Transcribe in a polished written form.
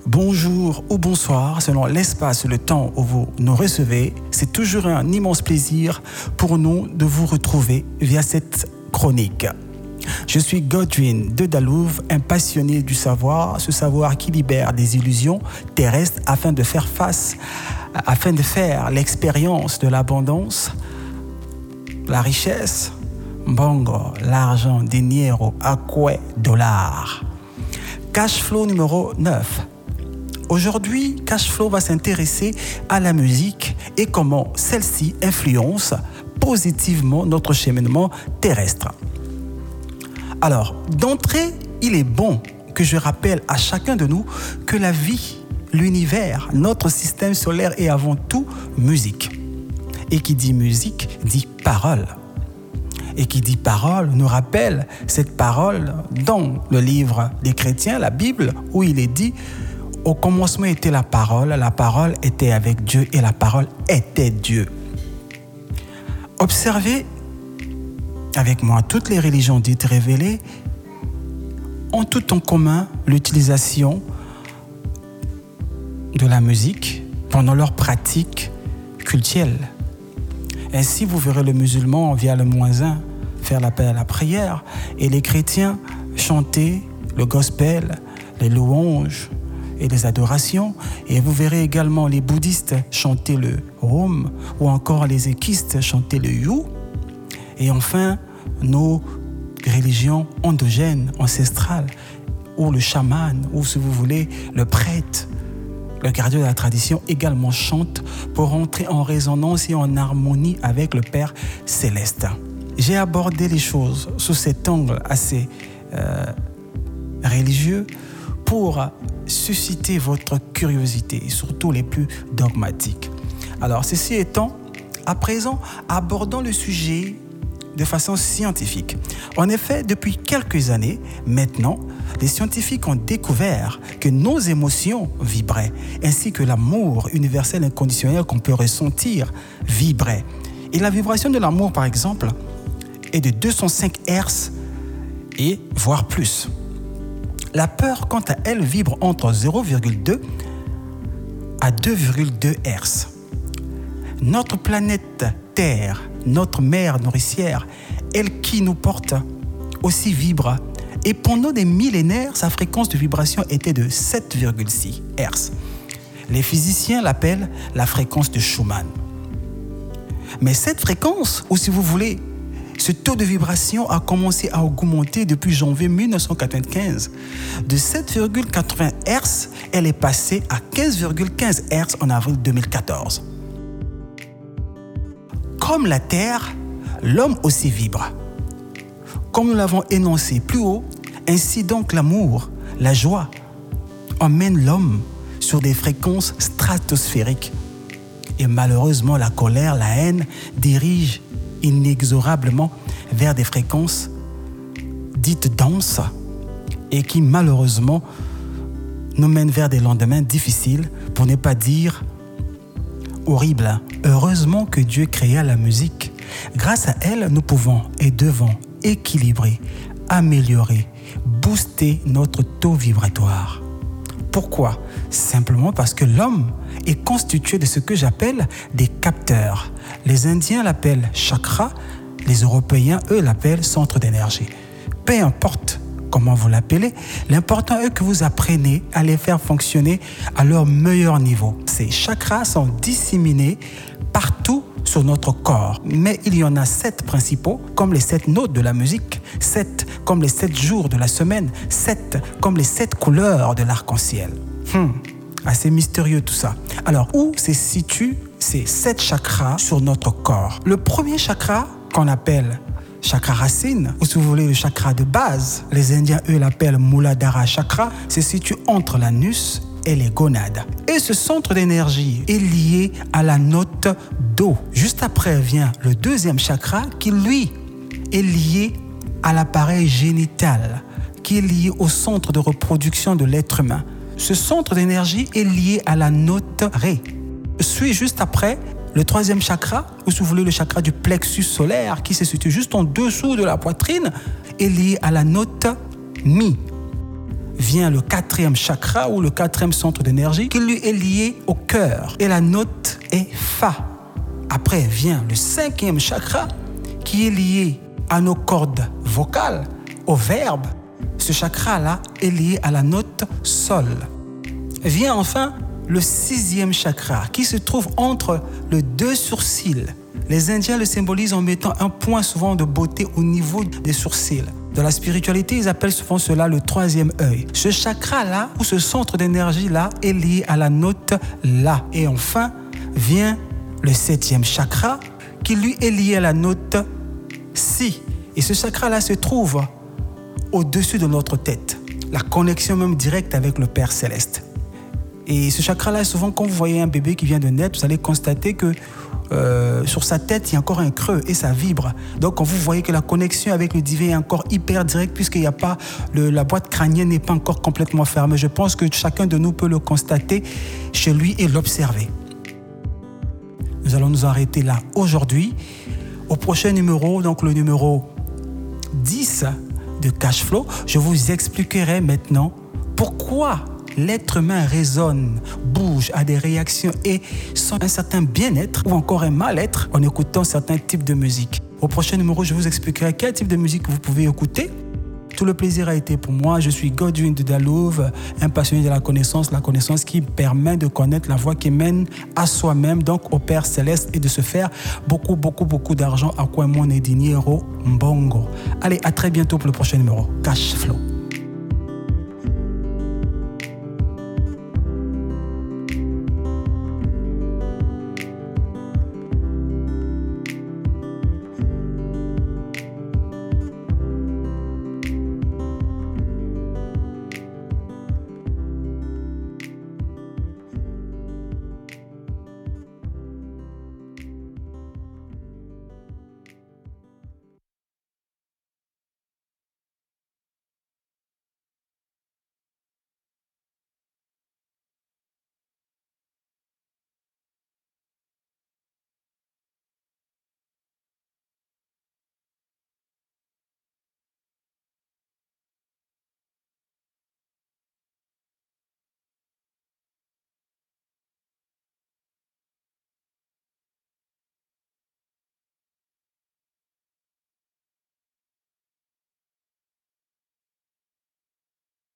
bonjour ou bonsoir, selon l'espace et le temps où vous nous recevez. C'est toujours un immense plaisir pour nous de vous retrouver via cette chronique. Je suis Godwin de Dalouve, un passionné du savoir, ce savoir qui libère des illusions terrestres afin de faire l'expérience de l'abondance, la richesse, bongo, l'argent, dinero, acque, dollar. Cashflow numéro 9. Aujourd'hui, Cashflow va s'intéresser à la musique et comment celle-ci influence positivement notre cheminement terrestre. Alors, d'entrée, il est bon que je rappelle à chacun de nous que la vie, l'univers, notre système solaire est avant tout musique. Et qui dit musique, dit parole. Et qui dit parole nous rappelle cette parole dans le livre des chrétiens, la Bible, où il est dit « Au commencement était la parole était avec Dieu et la parole était Dieu ». Observez avec moi toutes les religions dites révélées ont tout en commun l'utilisation de la musique pendant leur pratique cultuelle. Ainsi, vous verrez le musulman via le muezzin faire l'appel à la prière et les chrétiens chanter le gospel, les louanges et les adorations. Et vous verrez également les bouddhistes chanter le Om ou encore les équistes chanter le You. Et enfin, nos religions endogènes, ancestrales, ou le chaman, ou si vous voulez, le prêtre, le gardien de la tradition également chante pour entrer en résonance et en harmonie avec le Père céleste. J'ai abordé les choses sous cet angle assez religieux pour susciter votre curiosité, et surtout les plus dogmatiques. Alors, ceci étant, à présent, abordons le sujet de façon scientifique. En effet, depuis quelques années, maintenant, les scientifiques ont découvert que nos émotions vibraient, ainsi que l'amour universel inconditionnel qu'on peut ressentir vibrait. Et la vibration de l'amour, par exemple, est de 205 Hz et voire plus. La peur, quant à elle, vibre entre 0,2 à 2,2 Hz. Notre planète Terre, notre mère nourricière, elle qui nous porte, aussi vibre. Et pendant des millénaires, sa fréquence de vibration était de 7,6 Hz. Les physiciens l'appellent la fréquence de Schumann. Mais cette fréquence, ou si vous voulez, ce taux de vibration a commencé à augmenter depuis janvier 1995. De 7,80 Hz, elle est passée à 15,15 Hz en avril 2014. Comme la Terre, l'homme aussi vibre. Comme nous l'avons énoncé plus haut, ainsi donc l'amour, la joie, emmène l'homme sur des fréquences stratosphériques. Et malheureusement, la colère, la haine dirigent inexorablement vers des fréquences dites denses et qui malheureusement nous mènent vers des lendemains difficiles, pour ne pas dire horribles. Heureusement que Dieu créa la musique. Grâce à elle, nous pouvons et devons équilibrer, améliorer, booster notre taux vibratoire. Pourquoi ? Simplement parce que l'homme est constitué de ce que j'appelle des capteurs. Les Indiens l'appellent chakra, les Européens, eux, l'appellent centre d'énergie. Peu importe comment vous l'appelez, l'important est que vous appreniez à les faire fonctionner à leur meilleur niveau. Ces chakras sont disséminés partout sur notre corps. Mais il y en a 7 principaux, comme les 7 notes de la musique, 7 comme les 7 jours de la semaine, 7 comme les 7 couleurs de l'arc-en-ciel. Assez mystérieux tout ça. Alors, où se situent ces 7 chakras sur notre corps ? Le premier chakra, qu'on appelle chakra racine, ou si vous voulez le chakra de base, les Indiens, eux, l'appellent Muladhara chakra, se situe entre l'anus et les gonades. Et ce centre d'énergie est lié à la note Do. Juste après vient le deuxième chakra qui, lui, est lié à l'appareil génital, qui est lié au centre de reproduction de l'être humain. Ce centre d'énergie est lié à la note Ré. Suit juste après le troisième chakra, ou si vous voulez le chakra du plexus solaire, qui se situe juste en dessous de la poitrine, est lié à la note Mi. vient le 4e chakra ou le 4e centre d'énergie qui lui est lié au cœur. Et la note est Fa. Après vient le 5e chakra qui est lié à nos cordes vocales, au verbe. Ce chakra-là est lié à la note Sol. Vient enfin le 6e chakra qui se trouve entre les 2 sourcils. Les Indiens le symbolisent en mettant un point souvent de beauté au niveau des sourcils. Dans la spiritualité, ils appellent souvent cela le 3e œil. Ce chakra-là, ou ce centre d'énergie-là, est lié à la note La. Et enfin, vient le 7e chakra, qui lui est lié à la note Si. Et ce chakra-là se trouve au-dessus de notre tête. La connexion même directe avec le Père Céleste. Et ce chakra-là, souvent, quand vous voyez un bébé qui vient de naître, vous allez constater que sur sa tête, il y a encore un creux et ça vibre. Donc, quand vous voyez que la connexion avec le divin est encore hyper directe, puisqu'il n'y a pas, la boîte crânienne n'est pas encore complètement fermée. Je pense que chacun de nous peut le constater chez lui et l'observer. Nous allons nous arrêter là aujourd'hui. Au prochain numéro, donc le numéro 10 de Cash Flow, je vous expliquerai maintenant pourquoi l'être humain résonne, bouge, a des réactions et sent un certain bien-être ou encore un mal-être en écoutant certains types de musique. Au prochain numéro, je vous expliquerai quel type de musique vous pouvez écouter. Tout le plaisir a été pour moi. Je suis Godwin de Dalouve, un passionné de la connaissance qui permet de connaître la voie qui mène à soi-même, donc au Père Céleste, et de se faire beaucoup d'argent à quoi mon dinero mbongo. Allez, à très bientôt pour le prochain numéro. Cash Flow.